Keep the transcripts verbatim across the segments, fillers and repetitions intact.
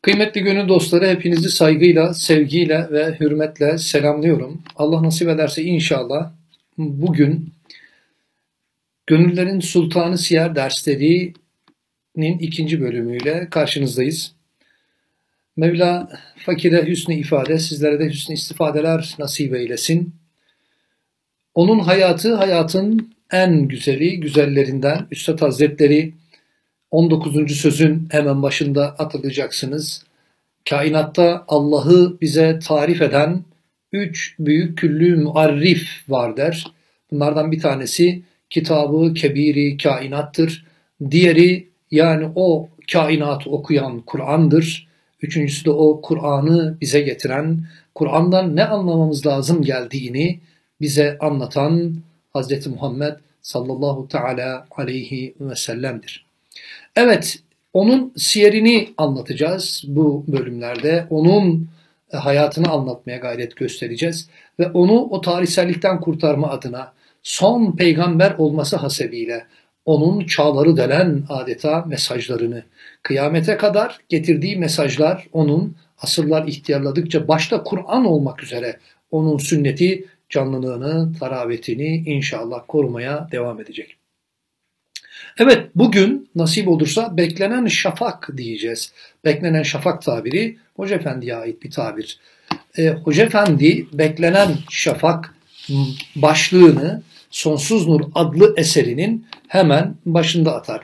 Kıymetli gönül dostları, hepinizi saygıyla, sevgiyle ve hürmetle selamlıyorum. Allah nasip ederse inşallah bugün Gönüllerin Sultanı Siyer derslerinin ikinci bölümüyle karşınızdayız. Mevla fakire hüsnü ifade, sizlere de hüsnü istifadeler nasip eylesin. Onun hayatı hayatın en güzeli, güzellerinden. Üstad Hazretleri on dokuzuncu sözün hemen başında hatırlayacaksınız. Kainatta Allah'ı bize tarif eden üç büyük küllü muarrif var der. Bunlardan bir tanesi Kitab-ı Kebiri kainattır. Diğeri yani o kainatı okuyan Kur'an'dır. Üçüncüsü de o Kur'an'ı bize getiren, Kur'an'dan ne anlamamız lazım geldiğini bize anlatan Hazreti Muhammed sallallahu teala aleyhi ve sellem'dir. Evet, onun siyerini anlatacağız bu bölümlerde. Onun hayatını anlatmaya gayret göstereceğiz. Ve onu o tarihsellikten kurtarma adına son peygamber olması hasebiyle onun çağları delen adeta mesajlarını, kıyamete kadar getirdiği mesajlar onun asırlar ihtiyarladıkça başta Kur'an olmak üzere onun sünneti canlılığını, taravetini inşallah korumaya devam edecek. Evet, bugün nasip olursa beklenen şafak diyeceğiz. Beklenen şafak tabiri Hoca Efendi'ye ait bir tabir. E, Hoca Efendi beklenen şafak başlığını Sonsuz Nur adlı eserinin hemen başında atar.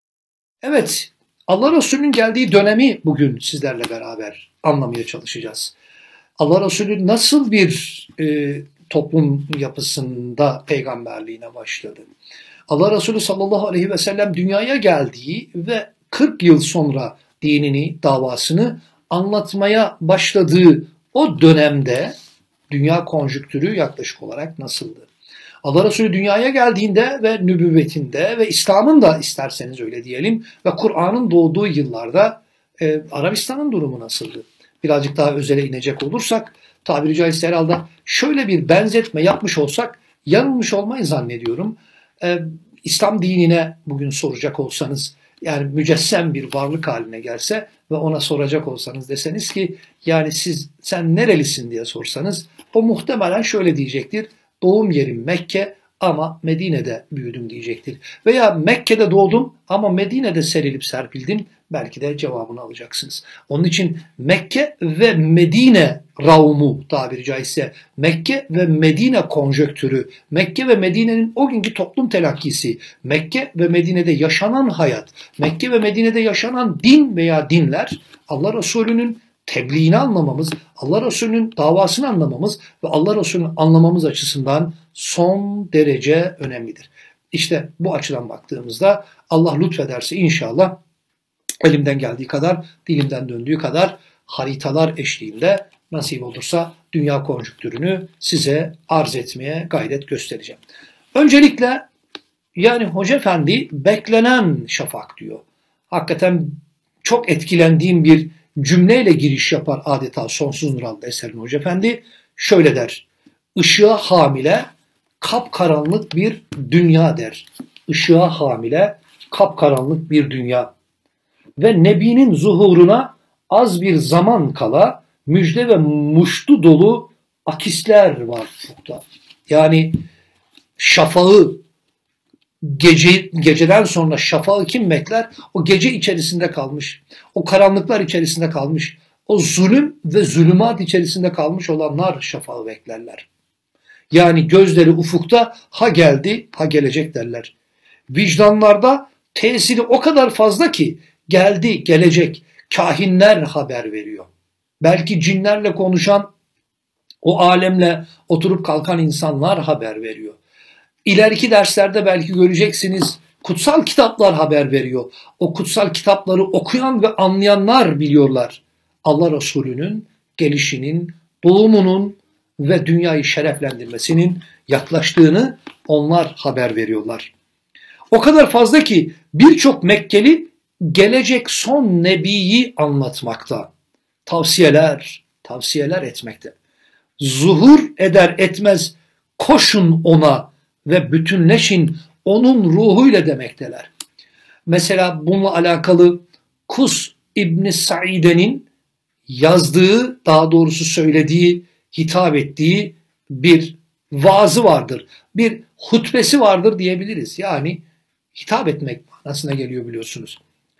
Evet, Allah Resulü'nün geldiği dönemi bugün sizlerle beraber anlamaya çalışacağız. Allah Resulü nasıl bir e, toplum yapısında peygamberliğine başladı? Allah Resulü sallallahu aleyhi ve sellem dünyaya geldiği ve kırk yıl sonra dinini, davasını anlatmaya başladığı o dönemde dünya konjüktürü yaklaşık olarak nasıldı? Allah Resulü dünyaya geldiğinde ve nübüvvetinde ve İslam'ın da isterseniz öyle diyelim ve Kur'an'ın doğduğu yıllarda e, Arabistan'ın durumu nasıldı? Birazcık daha özele inecek olursak tabiri caizse herhalde şöyle bir benzetme yapmış olsak yanılmış olmayı zannediyorum. Ee, İslam dinine bugün soracak olsanız yani mücessem bir varlık haline gelse ve ona soracak olsanız deseniz ki yani siz sen nerelisin diye sorsanız o muhtemelen şöyle diyecektir. Doğum yerim Mekke ama Medine'de büyüdüm diyecektir. Veya Mekke'de doğdum ama Medine'de serilip serpildim. Belki de cevabını alacaksınız. Onun için Mekke ve Medine raumu tabiri caizse Mekke ve Medine konjöktürü, Mekke ve Medine'nin o günkü toplum telakkisi, Mekke ve Medine'de yaşanan hayat, Mekke ve Medine'de yaşanan din veya dinler Allah Resulü'nün tebliğini anlamamız, Allah Resulü'nün davasını anlamamız ve Allah Resulü'nü anlamamız açısından son derece önemlidir. İşte bu açıdan baktığımızda Allah lütfederse inşallah elimden geldiği kadar, dilimden döndüğü kadar haritalar eşliğinde nasip olursa dünya konjüktürünü size arz etmeye gayret göstereceğim. Öncelikle yani Hoca Efendi beklenen şafak diyor. Hakikaten çok etkilendiğim bir cümleyle giriş yapar adeta Sonsuz Nur adlı eserin Hoca Efendi. Şöyle der, ışığa hamile kapkaranlık bir dünya der. Işığa hamile kapkaranlık bir dünya. Ve Nebi'nin zuhuruna az bir zaman kala müjde ve muştu dolu akisler var ufukta. Yani şafağı, gece, geceden sonra şafağı kim bekler? O gece içerisinde kalmış, o karanlıklar içerisinde kalmış, o zulüm ve zulümat içerisinde kalmış olanlar şafağı beklerler. Yani gözleri ufukta ha geldi ha gelecek derler. Vicdanlarda tesiri o kadar fazla ki geldi gelecek kahinler haber veriyor. Belki cinlerle konuşan o alemle oturup kalkan insanlar haber veriyor. İleriki derslerde belki göreceksiniz kutsal kitaplar haber veriyor. O kutsal kitapları okuyan ve anlayanlar biliyorlar. Allah Resulü'nün gelişinin, doğumunun ve dünyayı şereflendirmesinin yaklaştığını onlar haber veriyorlar. O kadar fazla ki birçok Mekkeli gelecek son nebiyi anlatmakta. Tavsiyeler, tavsiyeler etmekte. Zuhur eder etmez koşun ona ve bütünleşin onun ruhuyla demekteler. Mesela bununla alakalı Kus İbn Saide'nin yazdığı, daha doğrusu söylediği, hitap ettiği bir vaazı vardır. Bir hutbesi vardır diyebiliriz. Yani hitap etmek manasına geliyor biliyorsunuz.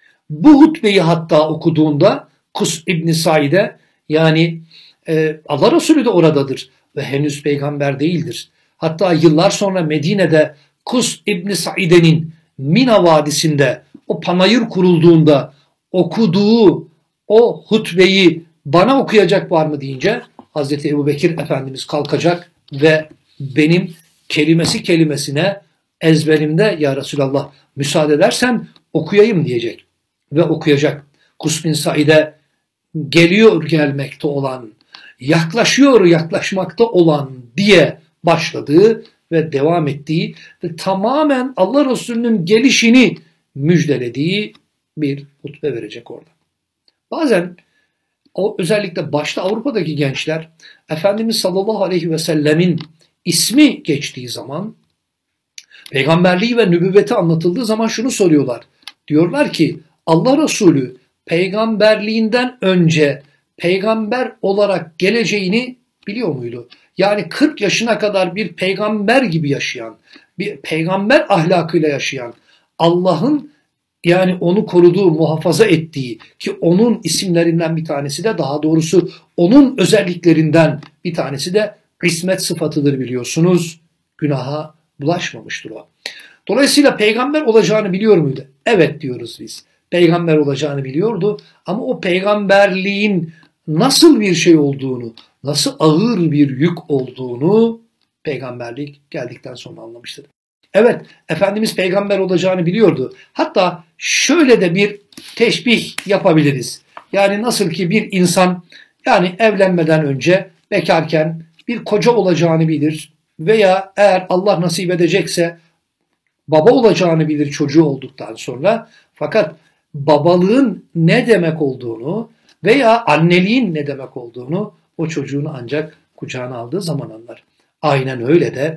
Bu hutbeyi hatta okuduğunda Kus İbn-i Said'e, yani e, Allah Resulü de oradadır ve henüz peygamber değildir. Hatta yıllar sonra Medine'de Kus İbn-i Said'in Mina Vadisi'nde o panayır kurulduğunda okuduğu o hutbeyi bana okuyacak var mı deyince Hazreti Ebubekir Efendimiz kalkacak ve benim kelimesi kelimesine ezberimde ya Resulallah müsaade edersen okuyayım diyecek ve okuyacak. Kus bin Said'e geliyor gelmekte olan, yaklaşıyor yaklaşmakta olan diye başladığı ve devam ettiği ve tamamen Allah Resulü'nün gelişini müjdelediği bir hutbe verecek orada. Bazen o özellikle başta Avrupa'daki gençler Efendimiz sallallahu aleyhi ve sellemin ismi geçtiği zaman, peygamberliği ve nübüvveti anlatıldığı zaman şunu soruyorlar. Diyorlar ki Allah Resulü peygamberliğinden önce peygamber olarak geleceğini biliyor muydu? Yani kırk yaşına kadar bir peygamber gibi yaşayan, bir peygamber ahlakıyla yaşayan, Allah'ın yani onu koruduğu, muhafaza ettiği ki onun isimlerinden bir tanesi de, daha doğrusu onun özelliklerinden bir tanesi de ismet sıfatıdır biliyorsunuz. Günaha bulaşmamıştır o. Dolayısıyla peygamber olacağını biliyor muydu? Evet diyoruz biz. Peygamber olacağını biliyordu ama o peygamberliğin nasıl bir şey olduğunu, nasıl ağır bir yük olduğunu peygamberlik geldikten sonra anlamıştır. Evet, Efendimiz peygamber olacağını biliyordu. Hatta şöyle de bir teşbih yapabiliriz. Yani nasıl ki bir insan yani evlenmeden önce bekarken bir koca olacağını bilir veya eğer Allah nasip edecekse baba olacağını bilir çocuğu olduktan sonra. Fakat babalığın ne demek olduğunu veya anneliğin ne demek olduğunu o çocuğunu ancak kucağına aldığı zaman anlar. Aynen öyle de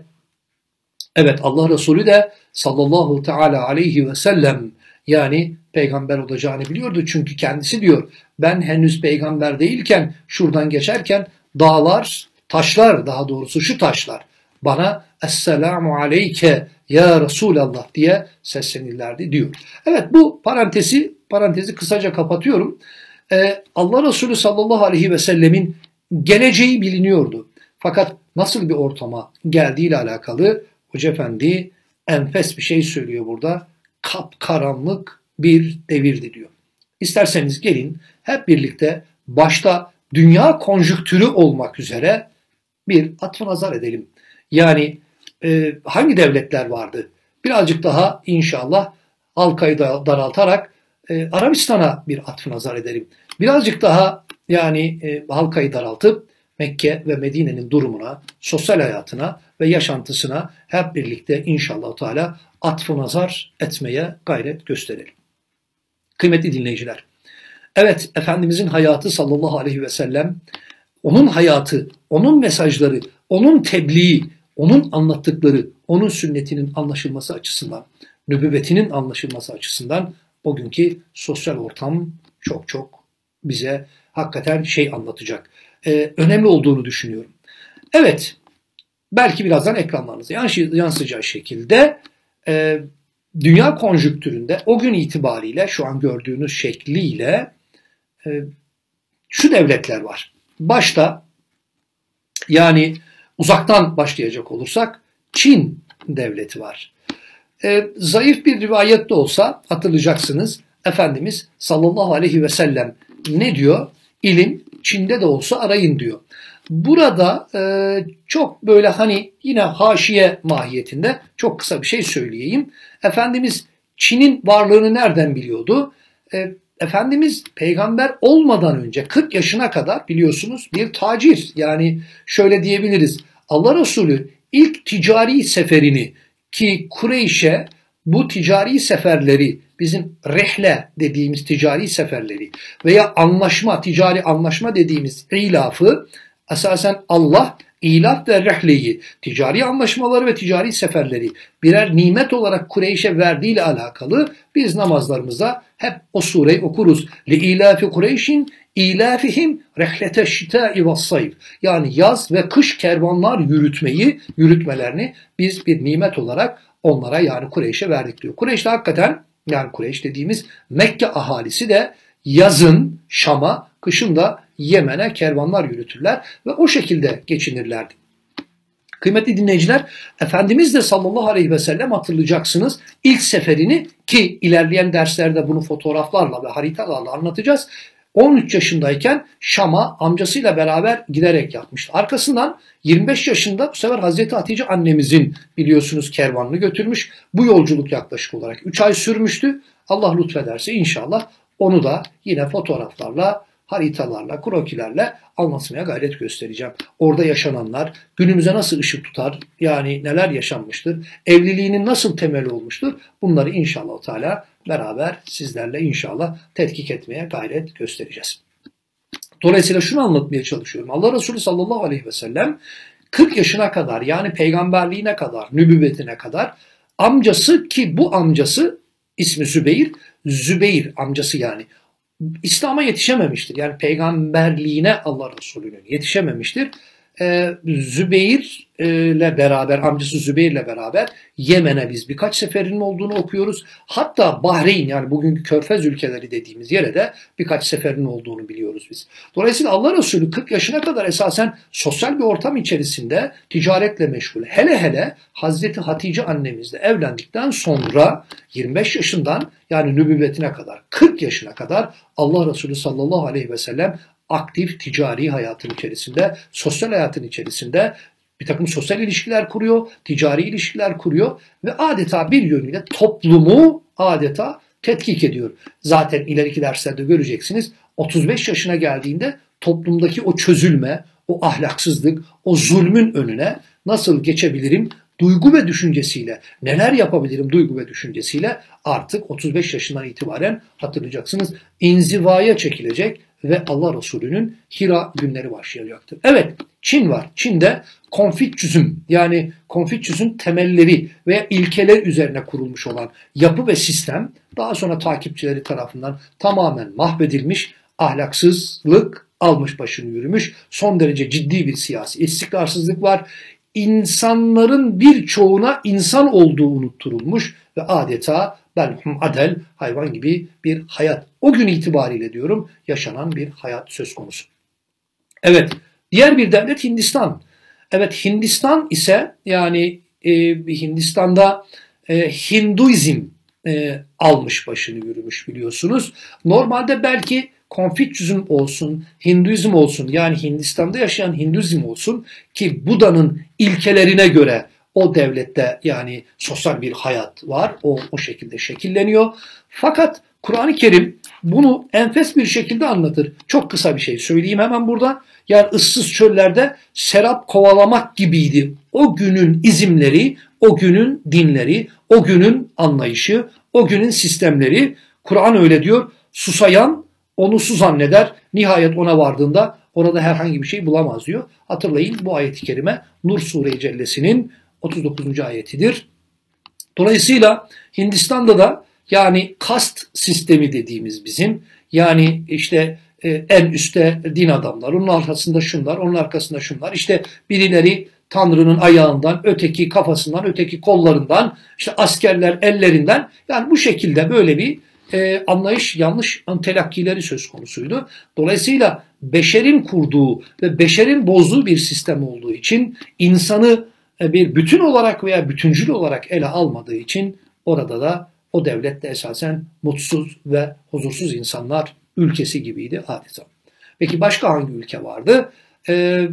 evet Allah Resulü de sallallahu teala aleyhi ve sellem yani peygamber olacağını biliyordu. Çünkü kendisi diyor ben henüz peygamber değilken şuradan geçerken dağlar, taşlar daha doğrusu şu taşlar bana Esselamu aleyke ya Resulallah diye seslenirlerdi diyor. Evet bu parantezi, parantezi kısaca kapatıyorum. Ee, Allah Resulü sallallahu aleyhi ve sellemin geleceği biliniyordu. Fakat nasıl bir ortama geldiğiyle alakalı Hoca Efendi enfes bir şey söylüyor burada. Kapkaranlık bir devirdi diyor. İsterseniz gelin hep birlikte başta dünya konjüktürü olmak üzere bir atfı nazar edelim. Yani e, hangi devletler vardı? Birazcık daha inşallah halkayı da daraltarak e, Arabistan'a bir atfı nazar edelim. Birazcık daha yani e, halkayı daraltıp Mekke ve Medine'nin durumuna, sosyal hayatına ve yaşantısına hep birlikte inşallah Teala atfı nazar etmeye gayret gösterelim. Kıymetli dinleyiciler, evet Efendimizin hayatı sallallahu aleyhi ve sellem, onun hayatı, onun mesajları, onun tebliği, onun anlattıkları, onun sünnetinin anlaşılması açısından, nübüvvetinin anlaşılması açısından o günkü sosyal ortam çok çok bize hakikaten şey anlatacak. Ee, önemli olduğunu düşünüyorum. Evet, belki birazdan ekranlarınıza yansıyacağı şekilde e, dünya konjüktüründe o gün itibariyle şu an gördüğünüz şekliyle e, şu devletler var. Başta yani uzaktan başlayacak olursak Çin devleti var. E, zayıf bir rivayet de olsa hatırlayacaksınız Efendimiz sallallahu aleyhi ve sellem ne diyor? İlim Çin'de de olsa arayın diyor. Burada e, çok böyle hani yine haşiye mahiyetinde çok kısa bir şey söyleyeyim. Efendimiz Çin'in varlığını nereden biliyordu? E, Efendimiz peygamber olmadan önce kırk yaşına kadar biliyorsunuz bir tacir. Yani şöyle diyebiliriz. Allah Resulü ilk ticari seferini ki Kureyş'e bu ticari seferleri bizim rehle dediğimiz ticari seferleri veya anlaşma, ticari anlaşma dediğimiz ilafı esasen Allah ilaf ve rehleyi, ticari anlaşmaları ve ticari seferleri birer nimet olarak Kureyş'e verdiğiyle alakalı biz namazlarımızda hep o sureyi okuruz. لِإِلَافِ قُرَيْشٍ İlâfihim rehlete şitâi ve's-sayf. Yani yaz ve kış kervanlar yürütmeyi, yürütmelerini biz bir nimet olarak onlara yani Kureyş'e verdik diyor. Kureyş de hakikaten yani Kureyş dediğimiz Mekke ahalisi de yazın Şam'a, kışın da Yemen'e kervanlar yürütürler ve o şekilde geçinirlerdi. Kıymetli dinleyiciler, Efendimiz de sallallahu aleyhi ve sellem hatırlayacaksınız ilk seferini ki ilerleyen derslerde bunu fotoğraflarla ve haritalarla anlatacağız. on üç yaşındayken Şam'a amcasıyla beraber giderek yapmıştı. Arkasından yirmi beş yaşında bu sefer Hazreti Hatice annemizin biliyorsunuz kervanını götürmüş. Bu yolculuk yaklaşık olarak üç ay sürmüştü. Allah lütfederse inşallah onu da yine fotoğraflarla, haritalarla, krokilerle anlatmaya gayret göstereceğim. Orada yaşananlar günümüze nasıl ışık tutar, yani neler yaşanmıştır, evliliğinin nasıl temeli olmuştur, bunları inşallah Teala beraber sizlerle inşallah tetkik etmeye gayret göstereceğiz. Dolayısıyla şunu anlatmaya çalışıyorum. Allah Resulü sallallahu aleyhi ve sellem kırk yaşına kadar yani peygamberliğine kadar, nübüvvetine kadar amcası ki bu amcası ismi Zübeyir, Zübeyir amcası yani İslam'a yetişememiştir. Yani peygamberliğine Allah Resulü'nün yetişememiştir. Ee, Zübeyir ile beraber, amcası Zübeyir ile beraber Yemen'e biz birkaç seferinin olduğunu okuyoruz. Hatta Bahreyn yani bugünkü Körfez ülkeleri dediğimiz yere de birkaç seferinin olduğunu biliyoruz biz. Dolayısıyla Allah Resulü kırk yaşına kadar esasen sosyal bir ortam içerisinde ticaretle meşgul. Hele hele Hazreti Hatice annemizle evlendikten sonra yirmi beş yaşından yani nübüvvetine kadar kırk yaşına kadar Allah Resulü sallallahu aleyhi ve sellem aktif ticari hayatın içerisinde, sosyal hayatın içerisinde bir takım sosyal ilişkiler kuruyor, ticari ilişkiler kuruyor ve adeta bir yönüyle toplumu adeta tetkik ediyor. Zaten ileriki derslerde göreceksiniz otuz beş yaşına geldiğinde toplumdaki o çözülme, o ahlaksızlık, o zulmün önüne nasıl geçebilirim duygu ve düşüncesiyle, neler yapabilirim duygu ve düşüncesiyle artık otuz beş yaşından itibaren hatırlayacaksınız inzivaya çekilecek ve Allah Resulü'nün Hira günleri başlayacaktır. Evet, Çin var. Çin'de Konfüçyüs'ün yani Konfüçyüs'ün temelleri ve ilkeler üzerine kurulmuş olan yapı ve sistem daha sonra takipçileri tarafından tamamen mahvedilmiş, ahlaksızlık almış başını yürümüş, son derece ciddi bir siyasi istikrarsızlık var. İnsanların birçoğuna insan olduğu unutturulmuş ve adeta belhum adel hayvan gibi bir hayat. O gün itibariyle diyorum yaşanan bir hayat söz konusu. Evet, diğer bir devlet Hindistan. Evet, Hindistan ise yani e, Hindistan'da e, Hinduizm e, almış başını yürümüş biliyorsunuz. Normalde belki Konfüçyüs'ün olsun, Hinduizm olsun yani Hindistan'da yaşayan Hinduizm olsun ki Buda'nın ilkelerine göre o devlette yani sosyal bir hayat var. O, o şekilde şekilleniyor. Fakat Kur'an-ı Kerim bunu enfes bir şekilde anlatır. Çok kısa bir şey söyleyeyim hemen burada. Yani ıssız çöllerde serap kovalamak gibiydi. O günün izimleri, o günün dinleri, o günün anlayışı, o günün sistemleri. Kur'an öyle diyor. Susayan onu su zanneder. Nihayet ona vardığında orada herhangi bir şey bulamaz diyor. Hatırlayın bu ayet-i kerime Nur Sure-i Cellesi'nin otuz dokuzuncu ayetidir. Dolayısıyla Hindistan'da da yani kast sistemi dediğimiz bizim yani işte e, en üstte din adamlar, onun arkasında şunlar, onun arkasında şunlar. İşte birileri Tanrı'nın ayağından, öteki kafasından, öteki kollarından, işte askerler ellerinden yani bu şekilde böyle bir e, anlayış yanlış telakkileri söz konusuydu. Dolayısıyla beşerin kurduğu ve beşerin bozduğu bir sistem olduğu için insanı bir bütün olarak veya bütüncül olarak ele almadığı için orada da o devlette esasen mutsuz ve huzursuz insanlar ülkesi gibiydi adeta. Peki başka hangi ülke vardı? Ee,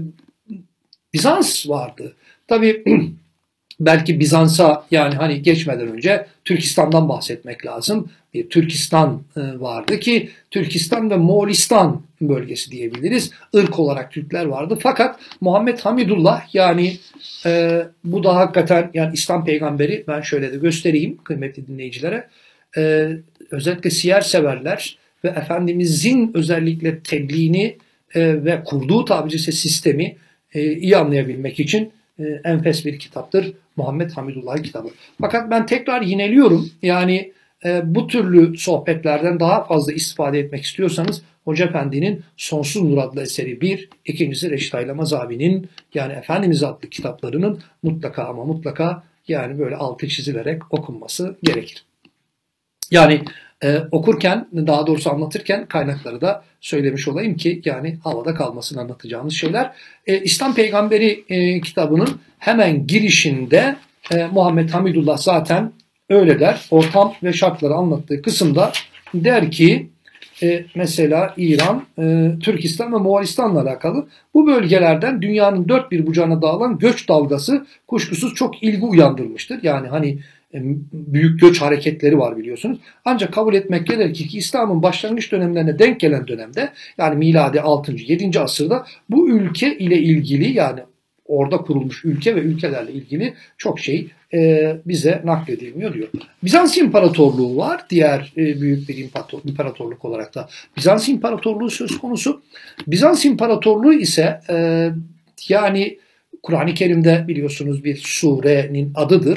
Bizans vardı. Tabii belki Bizans'a yani hani geçmeden önce Türkistan'dan bahsetmek lazım. Bir Türkistan vardı ki Türkistan ve Moğolistan bölgesi diyebiliriz. Irk olarak Türkler vardı. Fakat Muhammed Hamidullah yani e, bu da hakikaten yani İslam peygamberi ben şöyle de göstereyim kıymetli dinleyicilere. E, özellikle siyer severler ve Efendimizin özellikle tebliğini e, ve kurduğu tabiri caizse sistemi e, iyi anlayabilmek için e, enfes bir kitaptır. Muhammed Hamidullah'ın kitabı. Fakat ben tekrar yineliyorum. Yani e, bu türlü sohbetlerden daha fazla istifade etmek istiyorsanız Hoca Efendi'nin Sonsuz Nur adlı eseri bir, ikincisi Reşit Aylamaz abinin yani Efendimiz adlı kitaplarının mutlaka ama mutlaka yani böyle altı çizilerek okunması gerekir. Yani e, okurken, daha doğrusu anlatırken kaynakları da söylemiş olayım ki yani havada kalmasını anlatacağımız şeyler. E, İslam Peygamberi e, kitabının hemen girişinde e, Muhammed Hamidullah zaten öyle der. Ortam ve şartları anlattığı kısımda der ki e, mesela İran, e, Türkistan ve Moğolistan'la alakalı bu bölgelerden dünyanın dört bir bucağına dağılan göç dalgası kuşkusuz çok ilgi uyandırmıştır. Yani hani büyük göç hareketleri var biliyorsunuz. Ancak kabul etmek gerekir ki İslam'ın başlangıç dönemlerine denk gelen dönemde yani miladi altıncı yedinci asırda bu ülke ile ilgili yani orada kurulmuş ülke ve ülkelerle ilgili çok şey e, bize nakledilmiyor diyor. Bizans İmparatorluğu var. Diğer e, büyük bir imparatorluk olarak da Bizans İmparatorluğu söz konusu. Bizans İmparatorluğu ise e, yani Kur'an-ı Kerim'de biliyorsunuz bir surenin adıdır.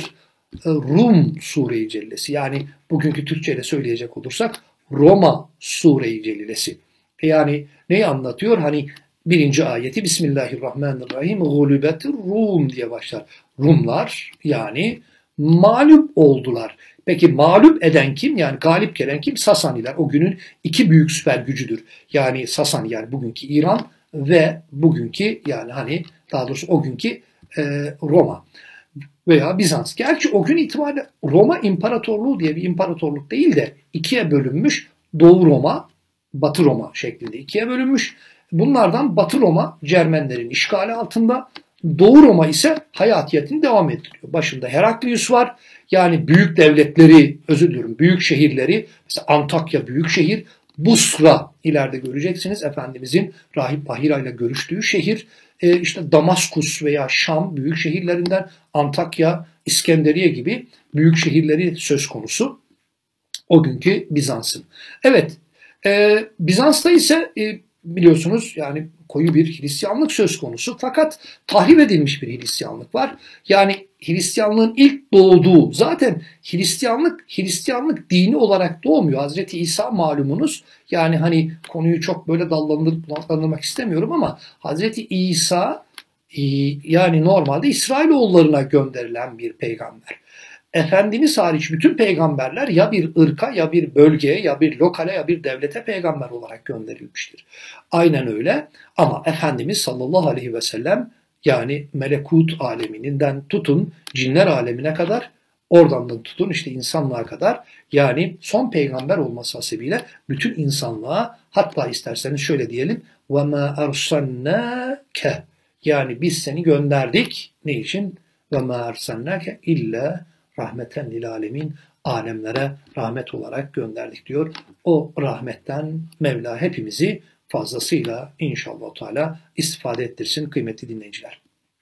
Rum Sure-i Cellesi yani bugünkü Türkçe'yle söyleyecek olursak Roma Sure-i Cellesi. Yani neyi anlatıyor? Hani birinci ayeti Bismillahirrahmanirrahim Gulubetir Rum diye başlar. Rumlar yani mağlup oldular. Peki mağlup eden kim? Yani galip gelen kim? Sasaniler. O günün iki büyük süper gücüdür. Yani Sasani yani bugünkü İran ve bugünkü yani hani daha doğrusu o günkü e, Roma veya Bizans. Gerçi o gün itibariyle Roma İmparatorluğu diye bir imparatorluk değil de ikiye bölünmüş. Doğu Roma, Batı Roma şeklinde ikiye bölünmüş. Bunlardan Batı Roma Cermenlerin işgali altında, Doğu Roma ise hayatiyetini devam ettiriyor. Başında Heraklius var. Yani büyük devletleri, özür dilerim, büyük şehirleri, mesela Antakya büyük şehir, Busra ileride göreceksiniz Efendimizin Rahip Bahira ile görüştüğü şehir. E işte Damaskus veya Şam büyük şehirlerinden Antakya, İskenderiye gibi büyük şehirleri söz konusu. O günkü Bizans'ın. Evet, e, Bizans'ta ise e, biliyorsunuz yani koyu bir Hristiyanlık söz konusu. Fakat tahrip edilmiş bir Hristiyanlık var. Yani Hristiyanlığın ilk doğduğu, zaten Hristiyanlık Hristiyanlık dini olarak doğmuyor. Hazreti İsa malumunuz. Yani hani konuyu çok böyle dallandırmak istemiyorum ama Hazreti İsa yani normalde İsrailoğullarına gönderilen bir peygamber. Efendimiz hariç bütün peygamberler ya bir ırka ya bir bölgeye ya bir lokale ya bir devlete peygamber olarak gönderilmiştir. Aynen öyle ama Efendimiz sallallahu aleyhi ve sellem yani melekut aleminden tutun cinler alemine kadar oradan da tutun işte insanlığa kadar yani son peygamber olması hasebiyle bütün insanlığa hatta isterseniz şöyle diyelim وَمَا أَرْسَلْنَاكَ yani biz seni gönderdik ne için? وَمَا أَرْسَلْنَاكَ إِلَّا rahmeten lil alemin alemlere rahmet olarak gönderdik diyor. O rahmetten Mevla hepimizi fazlasıyla inşallah Teala istifade ettirsin kıymetli dinleyiciler.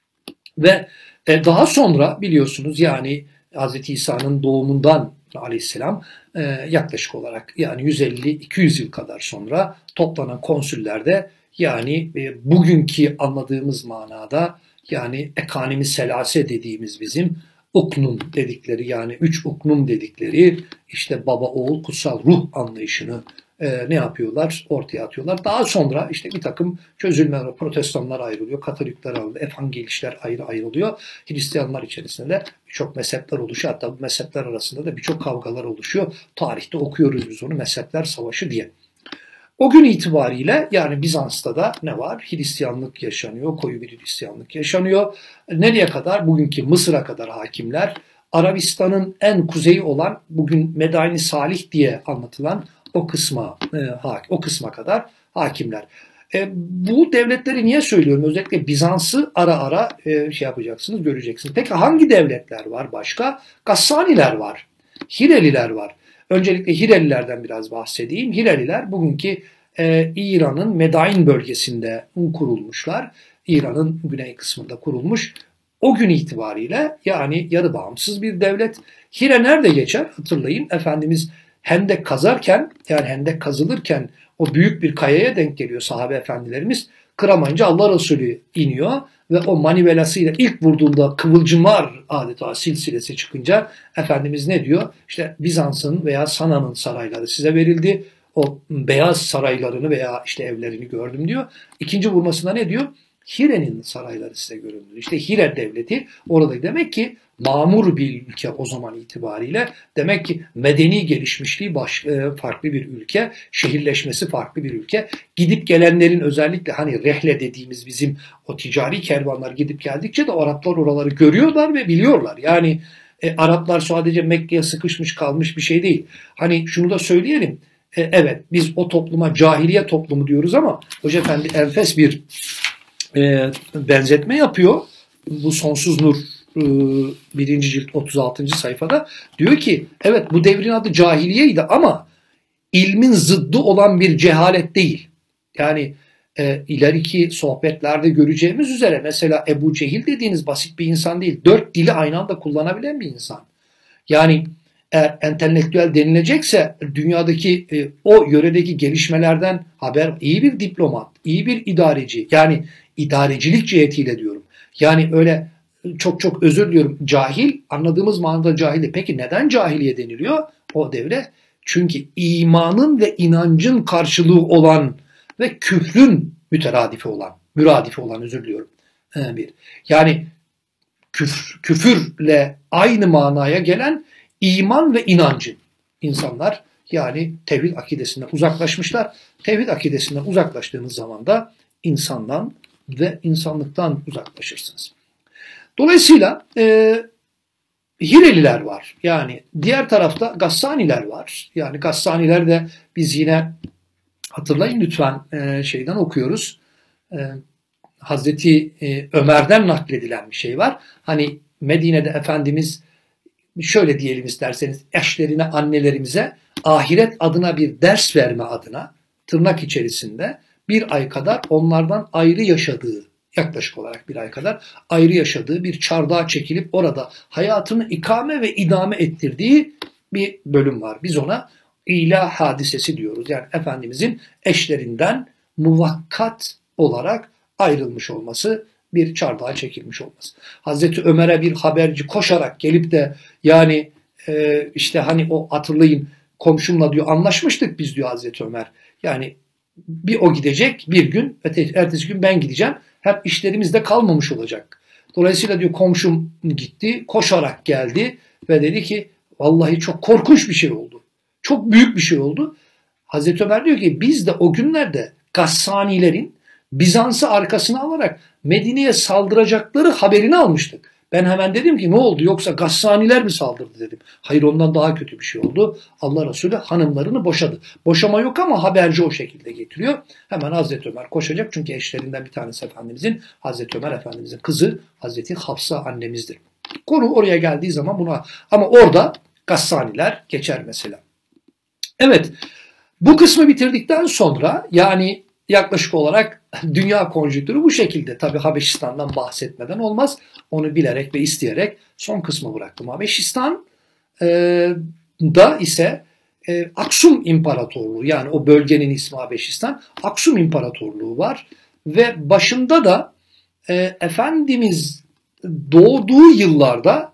Ve daha sonra biliyorsunuz yani Hz. İsa'nın doğumundan aleyhisselam yaklaşık olarak yani yüz elli iki yüz yıl kadar sonra toplanan konsüllerde yani bugünkü anladığımız manada yani ekanimi selase dediğimiz bizim uknum dedikleri yani üç uknum dedikleri işte baba oğul kutsal ruh anlayışını e, ne yapıyorlar? Ortaya atıyorlar. Daha sonra işte bir takım çözülmeler, protestanlar ayrılıyor, katolikler ayrılıyor, evangelistler ayrı ayrılıyor. Hristiyanlar içerisinde de birçok mezhepler oluşuyor. Hatta bu mezhepler arasında da birçok kavgalar oluşuyor. Tarihte okuyoruz biz onu mezhepler savaşı diye. O gün itibariyle yani Bizans'ta da ne var? Hristiyanlık yaşanıyor, koyu bir Hristiyanlık yaşanıyor. Nereye kadar? Bugünkü Mısır'a kadar hakimler. Arabistan'ın en kuzeyi olan bugün Medain-i Salih diye anlatılan o kısma e, o kısma kadar hakimler. E, bu devletleri niye söylüyorum? Özellikle Bizans'ı ara ara e, şey yapacaksınız, göreceksiniz. Peki hangi devletler var başka? Gassaniler var, Hireliler var. Öncelikle Hirelilerden biraz bahsedeyim. Hireliler bugünkü e, İran'ın Medain bölgesinde kurulmuşlar. İran'ın güney kısmında kurulmuş. O gün itibariyle yani yarı bağımsız bir devlet. Hire nerede geçer? Hatırlayın Efendimiz hendek kazarken yani hendek kazılırken o büyük bir kayaya denk geliyor sahabe efendilerimiz. Kıramayınca Allah Resulü iniyor ve o manivelasıyla ilk vurduğunda kıvılcımlar adeta silsilesi çıkınca Efendimiz ne diyor? İşte Bizans'ın veya Sana'nın sarayları size verildi. o beyaz saraylarını veya işte evlerini gördüm diyor. İkinci vurmasında ne diyor? Hire'nin sarayları size göründü. İşte Hire devleti orada, demek ki mamur bir ülke o zaman itibariyle. Demek ki medeni gelişmişliği baş, farklı bir ülke, şehirleşmesi farklı bir ülke. Gidip gelenlerin, özellikle hani rehle dediğimiz bizim o ticari kervanlar gidip geldikçe de Araplar oraları görüyorlar ve biliyorlar. Yani e, Araplar sadece Mekke'ye sıkışmış kalmış bir şey değil. Hani şunu da söyleyelim. E, evet, biz o topluma cahiliye toplumu diyoruz ama Hoca Efendi enfes bir e, benzetme yapıyor. Bu Sonsuz Nur e, birinci cilt otuz altıncı sayfada diyor ki evet, bu devrin adı cahiliyeydi ama ilmin zıddı olan bir cehalet değil. Yani e, ileriki sohbetlerde göreceğimiz üzere mesela Ebu Cehil dediğiniz basit bir insan değil. Dört dili aynı anda kullanabilen bir insan. Yani eğer entelektüel denilecekse dünyadaki e, o yöredeki gelişmelerden haber, iyi bir diplomat, iyi bir idareci, yani idarecilik cihetiyle diyorum. Yani öyle çok çok özür diliyorum, cahil, anladığımız manada cahili. Peki neden cahiliye deniliyor o devre? Çünkü imanın ve inancın karşılığı olan ve küfrün müteradifi olan, müradifi olan, özür diliyorum. Bir. Yani küfür, küfürle aynı manaya gelen iman ve inancın. İnsanlar yani tevhid akidesinden uzaklaşmışlar. Tevhid akidesinden uzaklaştığınız zaman da insandan ve insanlıktan uzaklaşırsınız. Dolayısıyla e, Hireliler var. Yani diğer tarafta Gassaniler var. Yani Gassaniler de biz yine hatırlayın lütfen e, şeyden okuyoruz. E, Hazreti e, Ömer'den nakledilen bir şey var. Hani Medine'de Efendimiz, şöyle diyelim isterseniz, eşlerine, annelerimize ahiret adına bir ders verme adına tırnak içerisinde bir ay kadar onlardan ayrı yaşadığı, yaklaşık olarak bir ay kadar ayrı yaşadığı bir çardağa çekilip orada hayatını ikame ve idame ettirdiği bir bölüm var. Biz ona İlah hadisesi diyoruz. Yani Efendimizin eşlerinden muvakkat olarak ayrılmış olması, bir çardağa çekilmiş olması. Hazreti Ömer'e bir haberci koşarak gelip de yani e, işte hani o hatırlayın, komşumla diyor anlaşmıştık biz diyor Hazreti Ömer. Yani bir o gidecek bir gün, ertesi gün ben gideceğim. Hem işlerimiz de kalmamış olacak. Dolayısıyla diyor komşum gitti, koşarak geldi ve dedi ki vallahi çok korkunç bir şey oldu. Çok büyük bir şey oldu. Hazreti Ömer diyor ki biz de o günlerde Gassanilerin Bizans'ı arkasına alarak Medine'ye saldıracakları haberini almıştık. Ben hemen dedim ki ne oldu, yoksa Gassaniler mi saldırdı dedim. Hayır, ondan daha kötü bir şey oldu. Allah Resulü hanımlarını boşadı. Boşama yok ama haberci o şekilde getiriyor. Hemen Hazreti Ömer koşacak, çünkü eşlerinden bir tanesi Efendimizin, Hazreti Ömer Efendimizin kızı Hazreti Hafsa annemizdir. Konu oraya geldiği zaman buna, ama orada Gassaniler geçer mesela. Evet, bu kısmı bitirdikten sonra yani yaklaşık olarak dünya konjüktürü bu şekilde. Tabi Habeşistan'dan bahsetmeden olmaz. Onu bilerek ve isteyerek son kısmı bıraktım. Habeşistan e, da ise e, Aksum İmparatorluğu, yani o bölgenin ismi Habeşistan. Aksum İmparatorluğu var ve başında da e, Efendimiz doğduğu yıllarda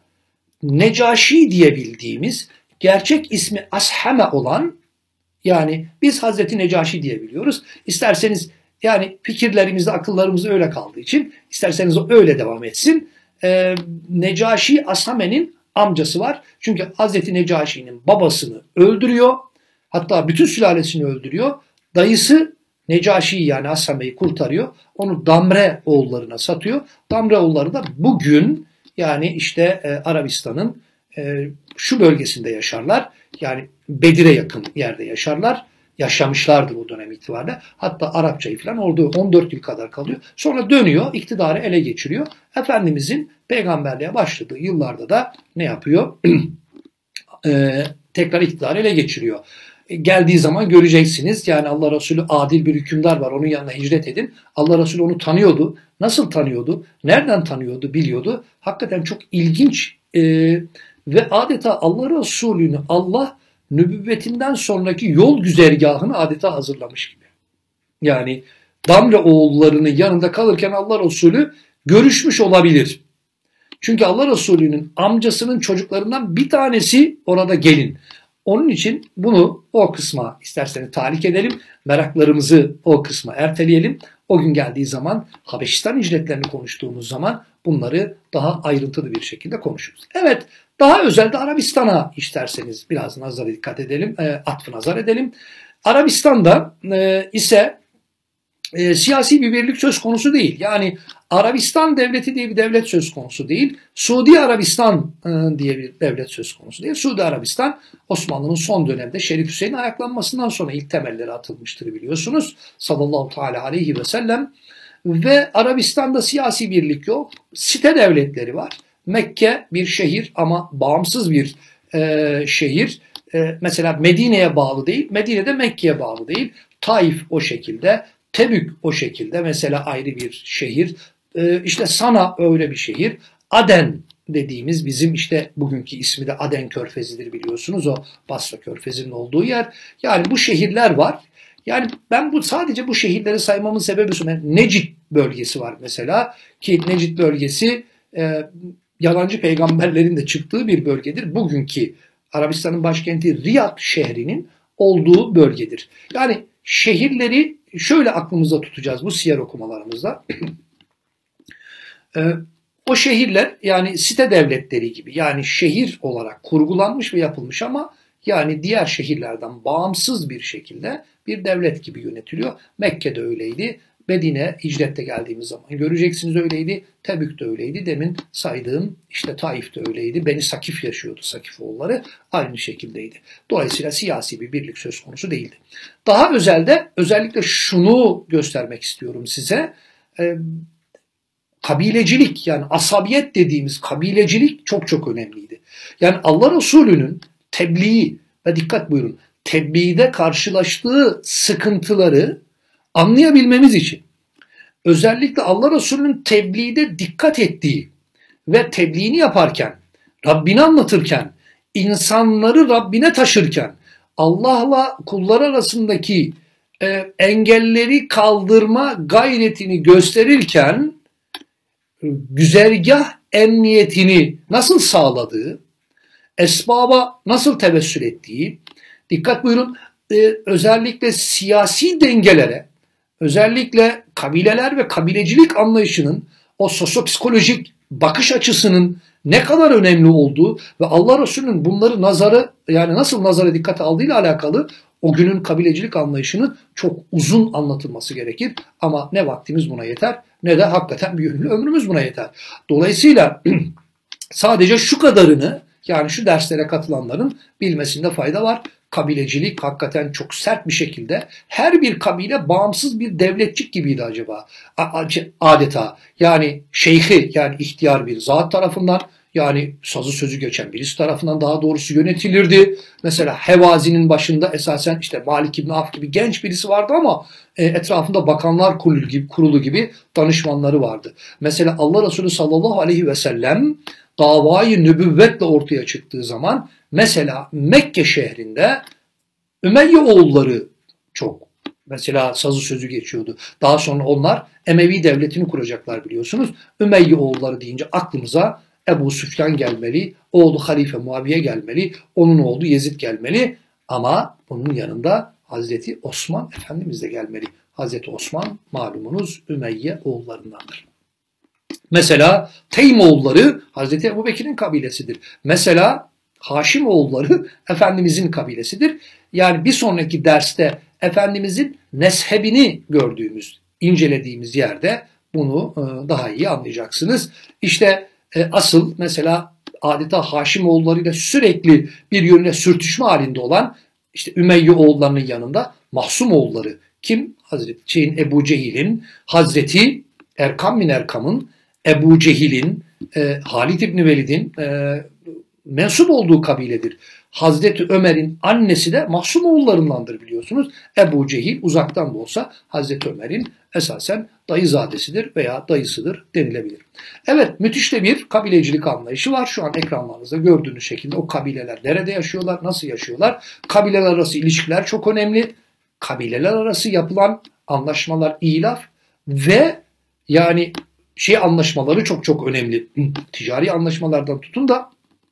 Necaşi diye bildiğimiz, gerçek ismi Ashame olan, yani biz Hazreti Necaşi diye biliyoruz. İsterseniz yani fikirlerimizde, akıllarımızda öyle kaldığı için isterseniz o öyle devam etsin. Ee, Necaşi Ashame'nin amcası var. Çünkü Hazreti Necaşi'nin babasını öldürüyor. Hatta bütün sülalesini öldürüyor. Dayısı Necaşi'yi, yani Ashame'yi kurtarıyor. Onu Damre oğullarına satıyor. Damre oğulları da bugün yani işte e, Arabistan'ın e, şu bölgesinde yaşarlar. Yani Bedir'e yakın yerde yaşarlar. Yaşamışlardır o dönem itibariyle. Hatta Arapçayı falan orada on dört yıl kadar kalıyor. Sonra dönüyor, iktidarı ele geçiriyor. Efendimizin peygamberliğe başladığı yıllarda da ne yapıyor? ee, tekrar iktidarı ele geçiriyor. E, geldiği zaman göreceksiniz. Yani Allah Resulü adil bir hükümdar var. Onun yanına hicret edin. Allah Resulü onu tanıyordu. Nasıl tanıyordu? Nereden tanıyordu? Biliyordu. Hakikaten çok ilginç e, ve adeta Allah Resulü'nü Allah nübüvvetinden sonraki yol güzergahını adeta hazırlamış gibi. Yani Damre oğullarının yanında kalırken Allah Resulü görüşmüş olabilir. Çünkü Allah Resulü'nün amcasının çocuklarından bir tanesi orada gelin. Onun için bunu o kısma isterseniz tahrik edelim. Meraklarımızı o kısma erteleyelim. O gün geldiği zaman Habeşistan hicretlerini konuştuğumuz zaman bunları daha ayrıntılı bir şekilde konuşuruz. Evet, daha özelde Arabistan'a isterseniz biraz nazara dikkat edelim, e, atfı nazar edelim. Arabistan'da e, ise e, siyasi bir birlik söz konusu değil. Yani Arabistan devleti diye bir devlet söz konusu değil. Suudi Arabistan e, diye bir devlet söz konusu değil. Suudi Arabistan Osmanlı'nın son dönemde Şerif Hüseyin'in ayaklanmasından sonra ilk temelleri atılmıştır biliyorsunuz. Sallallahu teala aleyhi ve sellem. Ve Arabistan'da siyasi birlik yok. Site devletleri var. Mekke bir şehir ama bağımsız bir e, şehir. E, mesela Medine'ye bağlı değil. Medine'de Mekke'ye bağlı değil. Taif o şekilde. Tebük o şekilde. Mesela ayrı bir şehir. E, işte Sana öyle bir şehir. Aden dediğimiz bizim işte bugünkü ismi de Aden Körfezi'dir biliyorsunuz. O Basra Körfezi'nin olduğu yer. Yani bu şehirler var. Yani ben bu sadece bu şehirleri saymamın sebebi şu. Necid bölgesi var mesela ki Necid bölgesi e, yalancı peygamberlerin de çıktığı bir bölgedir. Bugünkü Arabistan'ın başkenti Riyad şehrinin olduğu bölgedir. Yani şehirleri şöyle aklımızda tutacağız bu siyer okumalarımızda. e, o şehirler yani site devletleri gibi yani şehir olarak kurgulanmış ve yapılmış ama yani diğer şehirlerden bağımsız bir şekilde bir devlet gibi yönetiliyor. Mekke'de öyleydi. Medine hicrette geldiğimiz zaman göreceksiniz öyleydi. Tebük'te öyleydi. Demin saydığım işte Taif'te öyleydi. Beni Sakif yaşıyordu. Sakifoğulları aynı şekildeydi. Dolayısıyla siyasi bir birlik söz konusu değildi. Daha özelde özellikle şunu göstermek istiyorum size. Ee, kabilecilik yani asabiyet dediğimiz kabilecilik çok çok önemliydi. Yani Allah Resulü'nün tebliği ve dikkat buyurun tebliğde karşılaştığı sıkıntıları anlayabilmemiz için özellikle Allah Resulü'nün tebliğde dikkat ettiği ve tebliğini yaparken, Rabbini anlatırken, insanları Rabbine taşırken, Allah'la kullar arasındaki e, engelleri kaldırma gayretini gösterirken güzergah emniyetini nasıl sağladığı, esbaba nasıl tevessül ettiği, dikkat buyurun e, özellikle siyasi dengelere, özellikle kabileler ve kabilecilik anlayışının o sosyopsikolojik bakış açısının ne kadar önemli olduğu ve Allah Resulü'nün bunları nazarı yani nasıl nazara dikkate aldığıyla alakalı o günün kabilecilik anlayışının çok uzun anlatılması gerekir. Ama ne vaktimiz buna yeter ne de hakikaten bir yönlü ömrümüz buna yeter. Dolayısıyla sadece şu kadarını yani şu derslere katılanların bilmesinde fayda var. Kabilecilik hakikaten çok sert bir şekilde her bir kabile bağımsız bir devletçik gibiydi acaba adeta yani şeyhi yani ihtiyar bir zat tarafından yani sazı sözü geçen birisi tarafından daha doğrusu yönetilirdi. Mesela Hevazi'nin başında esasen işte Malik İbn Af gibi genç birisi vardı ama etrafında bakanlar kurulu gibi, kurulu gibi danışmanları vardı. Mesela Allah Resulü sallallahu aleyhi ve sellem davayı nübüvvetle ortaya çıktığı zaman mesela Mekke şehrinde Ümeyye oğulları çok mesela sazı sözü geçiyordu. Daha sonra onlar Emevi devletini kuracaklar biliyorsunuz. Ümeyye oğulları deyince aklımıza Ebu Süfyan gelmeli, oğlu Halife Muaviye gelmeli, onun oğlu Yezid gelmeli ama bunun yanında Hazreti Osman Efendimiz de gelmeli. Hazreti Osman malumunuz Ümeyye oğullarındandır. Mesela Teym oğulları Hazreti Ebubekir'in kabilesidir. Mesela Haşim oğulları Efendimizin kabilesidir. Yani bir sonraki derste Efendimizin neshebini gördüğümüz, incelediğimiz yerde bunu daha iyi anlayacaksınız. İşte asıl mesela adeta Haşim oğullarıyla sürekli bir yönüne sürtüşme halinde olan işte Ümeyye oğullarının yanında Mahsum oğulları. Kim? Hazreti şeyin Ebu Cehil'in, Hazreti Erkam bin Erkam'ın, Ebu Cehil'in, e, Halid İbni Velid'in e, mensup olduğu kabiledir. Hazreti Ömer'in annesi de Mahsum oğullarındandır biliyorsunuz. Ebu Cehil uzaktan da olsa Hazreti Ömer'in esasen dayızadesidir veya dayısıdır denilebilir. Evet müthiş de bir kabilecilik anlayışı var. Şu an ekranlarınızda gördüğünüz şekilde o kabileler nerede yaşıyorlar, nasıl yaşıyorlar? Kabileler arası ilişkiler çok önemli. Kabileler arası yapılan anlaşmalar ilaf ve yani şey anlaşmaları çok çok önemli. Ticari anlaşmalardan tutun da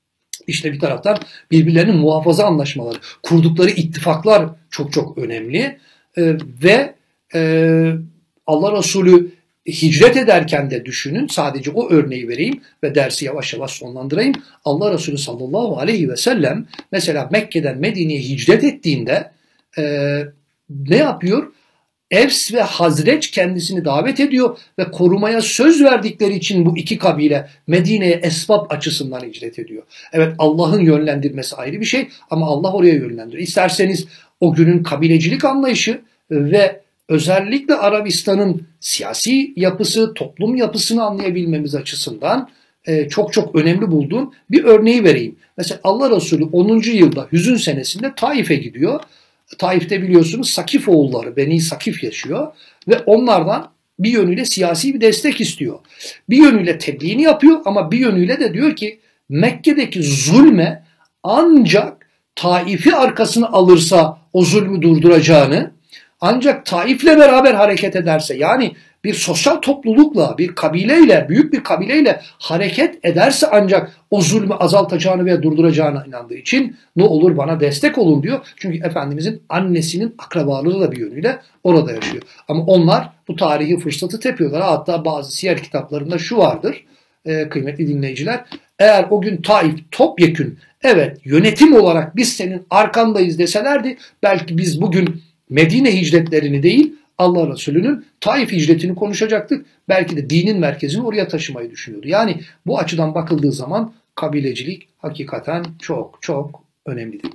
İşte bir taraftan birbirlerinin muhafaza anlaşmaları, kurdukları ittifaklar çok çok önemli. Ee, ve e, Allah Resulü hicret ederken de düşünün, sadece o örneği vereyim ve dersi yavaş yavaş sonlandırayım. Allah Resulü sallallahu aleyhi ve sellem mesela Mekke'den Medine'ye hicret ettiğinde e, ne yapıyor? Evs ve Hazreç kendisini davet ediyor ve korumaya söz verdikleri için bu iki kabile Medine'ye esbab açısından hicret ediyor. Evet, Allah'ın yönlendirmesi ayrı bir şey ama Allah oraya yönlendiriyor. İsterseniz o günün kabilecilik anlayışı ve özellikle Arabistan'ın siyasi yapısı, toplum yapısını anlayabilmemiz açısından çok çok önemli bulduğum bir örneği vereyim. Mesela Allah Resulü onuncu yılda hüzün senesinde Taif'e gidiyor. Taif'te biliyorsunuz Sakif oğulları, Beni Sakif yaşıyor ve onlardan bir yönüyle siyasi bir destek istiyor. Bir yönüyle tebliğini yapıyor ama bir yönüyle de diyor ki Mekke'deki zulme ancak Taif'i arkasına alırsa o zulmü durduracağını, ancak Taif'le beraber hareket ederse, yani bir sosyal toplulukla, bir kabileyle, büyük bir kabileyle hareket ederse ancak o zulmü azaltacağını ve durduracağına inandığı için ne olur bana destek olun diyor. Çünkü Efendimizin annesinin akrabalığı da bir yönüyle orada yaşıyor. Ama onlar bu tarihi fırsatı tepiyorlar. Hatta bazı siyer kitaplarında şu vardır e, kıymetli dinleyiciler. Eğer o gün Taif topyekün evet yönetim olarak biz senin arkandayız deselerdi belki biz bugün Medine hicretlerini değil Allah Resulü'nün Taif hicretini konuşacaktık. Belki de dinin merkezini oraya taşımayı düşünüyordu. Yani bu açıdan bakıldığı zaman kabilecilik hakikaten çok çok önemlidir.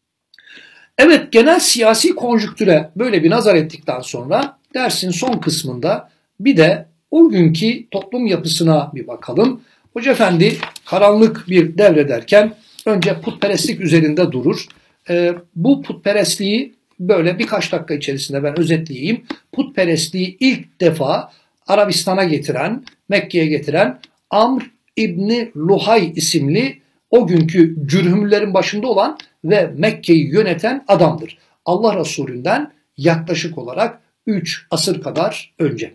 Evet, genel siyasi konjüktüre böyle bir nazar ettikten sonra dersin son kısmında bir de o günkü toplum yapısına bir bakalım. Hoca Efendi karanlık bir devrederken önce putperestlik üzerinde durur. Ee, bu putperestliği böyle birkaç dakika içerisinde ben özetleyeyim. Putperestliği ilk defa Arabistan'a getiren, Mekke'ye getiren Amr İbni Luhay isimli o günkü cürhümlerin başında olan ve Mekke'yi yöneten adamdır. Allah Resulü'nden yaklaşık olarak üç asır kadar önce.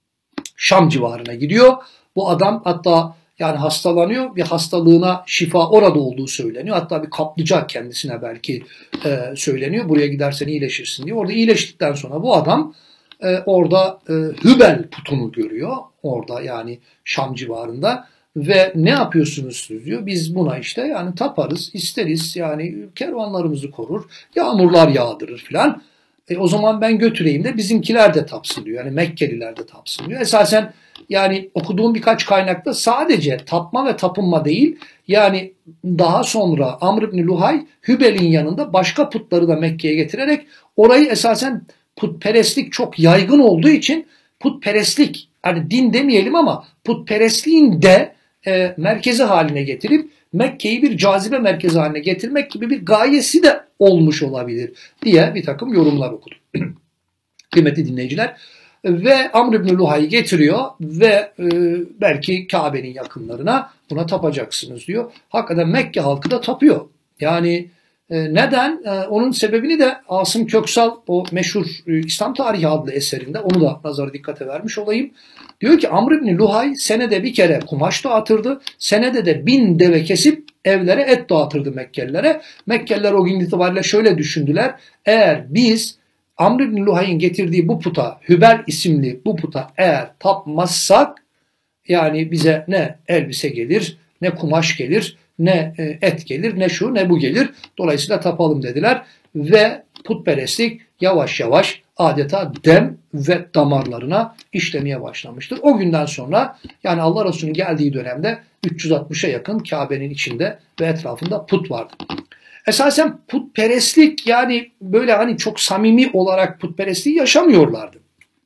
Şam civarına gidiyor. Bu adam hatta yani hastalanıyor. Bir hastalığına şifa orada olduğu söyleniyor. Hatta bir kaplıca kendisine belki e, söyleniyor. Buraya gidersen iyileşirsin diye. Orada iyileştikten sonra bu adam e, orada e, Hübel putunu görüyor. Orada yani Şam civarında. Ve ne yapıyorsunuz siz diyor. Biz buna işte yani taparız, isteriz. Yani kervanlarımızı korur. Yağmurlar yağdırır filan. E, o zaman ben götüreyim de bizimkiler de tapsın diyor. Yani Mekkeliler de tapsın diyor. Esasen yani okuduğum birkaç kaynakta sadece tapma ve tapınma değil, yani daha sonra Amr ibn Luhay Hübel'in yanında başka putları da Mekke'ye getirerek orayı esasen putperestlik çok yaygın olduğu için putperestlik, hani din demeyelim ama putperestliğin de e, merkezi haline getirip Mekke'yi bir cazibe merkezi haline getirmek gibi bir gayesi de olmuş olabilir diye bir takım yorumlar okudum. Kıymetli dinleyiciler. Ve Amr ibn Luhay'ı getiriyor ve e, belki Kabe'nin yakınlarına buna tapacaksınız diyor. Hakikaten Mekke halkı da tapıyor. Yani e, neden? E, onun sebebini de Asım Köksal o meşhur e, İslam Tarihi adlı eserinde, onu da nazara dikkate vermiş olayım. Diyor ki Amr ibn Luhay senede bir kere kumaş dağıtırdı. Senede de bin deve kesip evlere et dağıtırdı Mekkelilere. Mekkeliler o gün itibariyle şöyle düşündüler. Eğer biz Amr ibn Luhay'ın getirdiği bu puta, Hübel isimli bu puta eğer tapmazsak, yani bize ne elbise gelir, ne kumaş gelir, ne et gelir, ne şu ne bu gelir. Dolayısıyla tapalım dediler ve putperestlik yavaş yavaş adeta dem ve damarlarına işlemeye başlamıştır. O günden sonra yani Allah Resulü'nün geldiği dönemde üç yüz altmışa yakın Kabe'nin içinde ve etrafında put vardı. Esasen putperestlik, yani böyle hani çok samimi olarak putperestliği yaşamıyorlardı.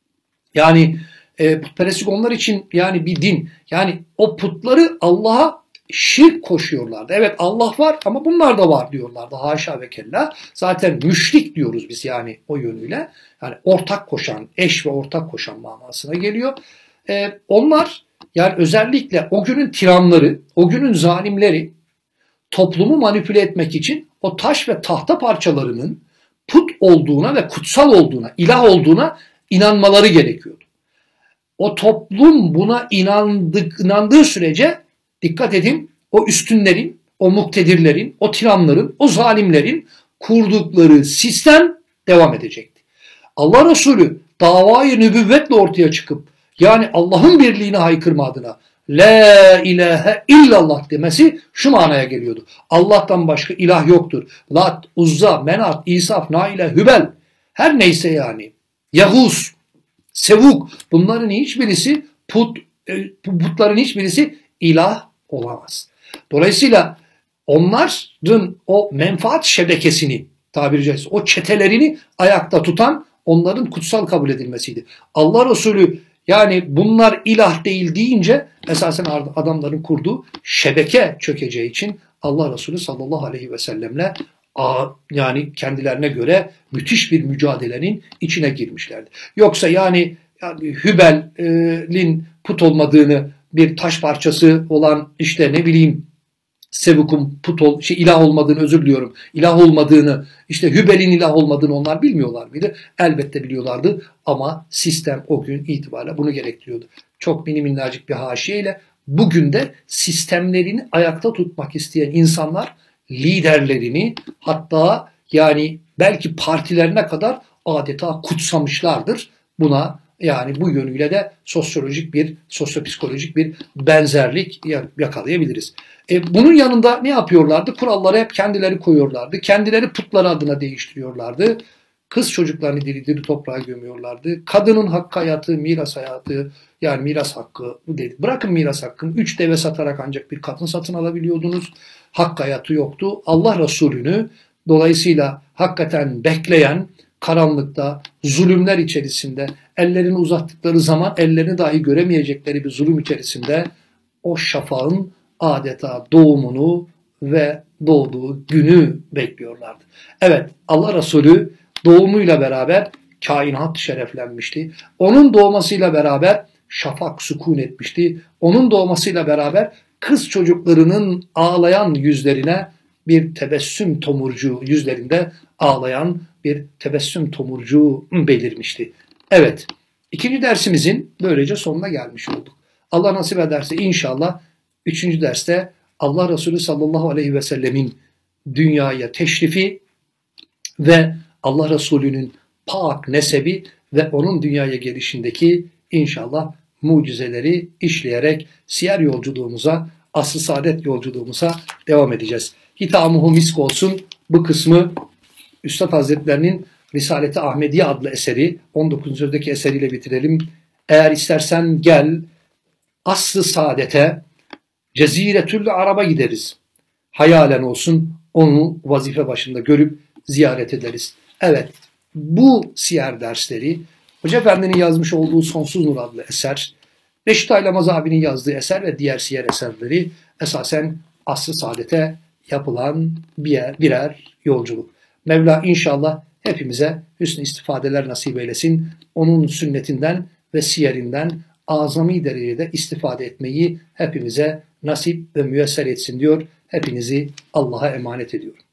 Yani e, putperestlik onlar için yani bir din. Yani o putları Allah'a şirk koşuyorlardı. Evet Allah var ama bunlar da var diyorlardı. Haşa ve kella. Zaten müşrik diyoruz biz yani o yönüyle. Yani ortak koşan, eş ve ortak koşan manasına geliyor. E, onlar yani özellikle o günün tiranları, o günün zalimleri toplumu manipüle etmek için o taş ve tahta parçalarının put olduğuna ve kutsal olduğuna, ilah olduğuna inanmaları gerekiyordu. O toplum buna inandık, inandığı sürece dikkat edin, o üstünlerin, o muktedirlerin, o tiranların, o zalimlerin kurdukları sistem devam edecekti. Allah Resulü davayı nübüvvetle ortaya çıkıp yani Allah'ın birliğine haykırma adına La ilahe illallah demesi şu manaya geliyordu. Allah'tan başka ilah yoktur. Lat, Uzza, Menat, İsaf, Naile, Hübel her neyse yani. Yahuz, Sevuk bunların hiçbirisi put, putların hiçbirisi ilah olamaz. Dolayısıyla onların o menfaat şebekesini tabiri caizse o çetelerini ayakta tutan onların kutsal kabul edilmesiydi. Allah Resulü yani bunlar ilah değil deyince esasen adamların kurduğu şebeke çökeceği için Allah Resulü sallallahu aleyhi ve sellemle yani kendilerine göre müthiş bir mücadelenin içine girmişlerdi. Yoksa yani, yani Hübel'in put olmadığını bir taş parçası olan işte ne bileyim Sevuk'un put ol, şey, ilah olmadığını özür diliyorum. İlah olmadığını, işte Hübel'in ilah olmadığını onlar bilmiyorlar mıydı? Elbette biliyorlardı ama sistem o gün itibariyle bunu gerektiriyordu. Çok mini minnacık bir haşiyeyle bugün de sistemlerini ayakta tutmak isteyen insanlar liderlerini hatta yani belki partilerine kadar adeta kutsamışlardır. Buna yani bu yönüyle de sosyolojik bir, sosyopsikolojik bir benzerlik yakalayabiliriz. E bunun yanında ne yapıyorlardı? Kuralları hep kendileri koyuyorlardı. Kendileri putları adına değiştiriyorlardı. Kız çocuklarını diri diri toprağa gömüyorlardı. Kadının hakkı hayatı, miras hayatı yani miras hakkı dedi. Bırakın miras hakkını. Üç deve satarak ancak bir kadın satın alabiliyordunuz. Hak hayatı yoktu. Allah Resulü'nü dolayısıyla hakikaten bekleyen karanlıkta, zulümler içerisinde, ellerini uzattıkları zaman ellerini dahi göremeyecekleri bir zulüm içerisinde o şafağın adeta doğumunu ve doğduğu günü bekliyorlardı. Evet, Allah Resulü doğumuyla beraber kainat şereflenmişti. Onun doğmasıyla beraber şafak sükun etmişti. Onun doğmasıyla beraber kız çocuklarının ağlayan yüzlerine bir tebessüm tomurcuğu, yüzlerinde ağlayan bir tebessüm tomurcuğu belirmişti. Evet, ikinci dersimizin böylece sonuna gelmiş olduk. Allah nasip ederse inşallah üçüncü derste Allah Resulü sallallahu aleyhi ve sellemin dünyaya teşrifi ve Allah Resulü'nün pak nesebi ve onun dünyaya gelişindeki inşallah mucizeleri işleyerek siyer yolculuğumuza, asr-ı saadet yolculuğumuza devam edeceğiz. Hitamuhu misk olsun. Bu kısmı Üstad Hazretlerinin Risalet-i Ahmediye adlı eseri on dokuzuncu sözdeki eseriyle bitirelim. Eğer istersen gel asr-ı saadete Ceziretül Arab'a gideriz. Hayalen olsun onu vazife başında görüp ziyaret ederiz. Evet, bu siyer dersleri Hoca Efendi'nin yazmış olduğu Sonsuz Nur adlı eser, Reşit Aylamaz abinin yazdığı eser ve diğer siyer eserleri esasen asr-ı saadete yapılan birer, birer yolculuk. Mevla inşallah hepimize hüsnü istifadeler nasip eylesin. Onun sünnetinden ve siyerinden azami derecede istifade etmeyi hepimize nasip ve müyesser etsin diyor. Hepinizi Allah'a emanet ediyorum.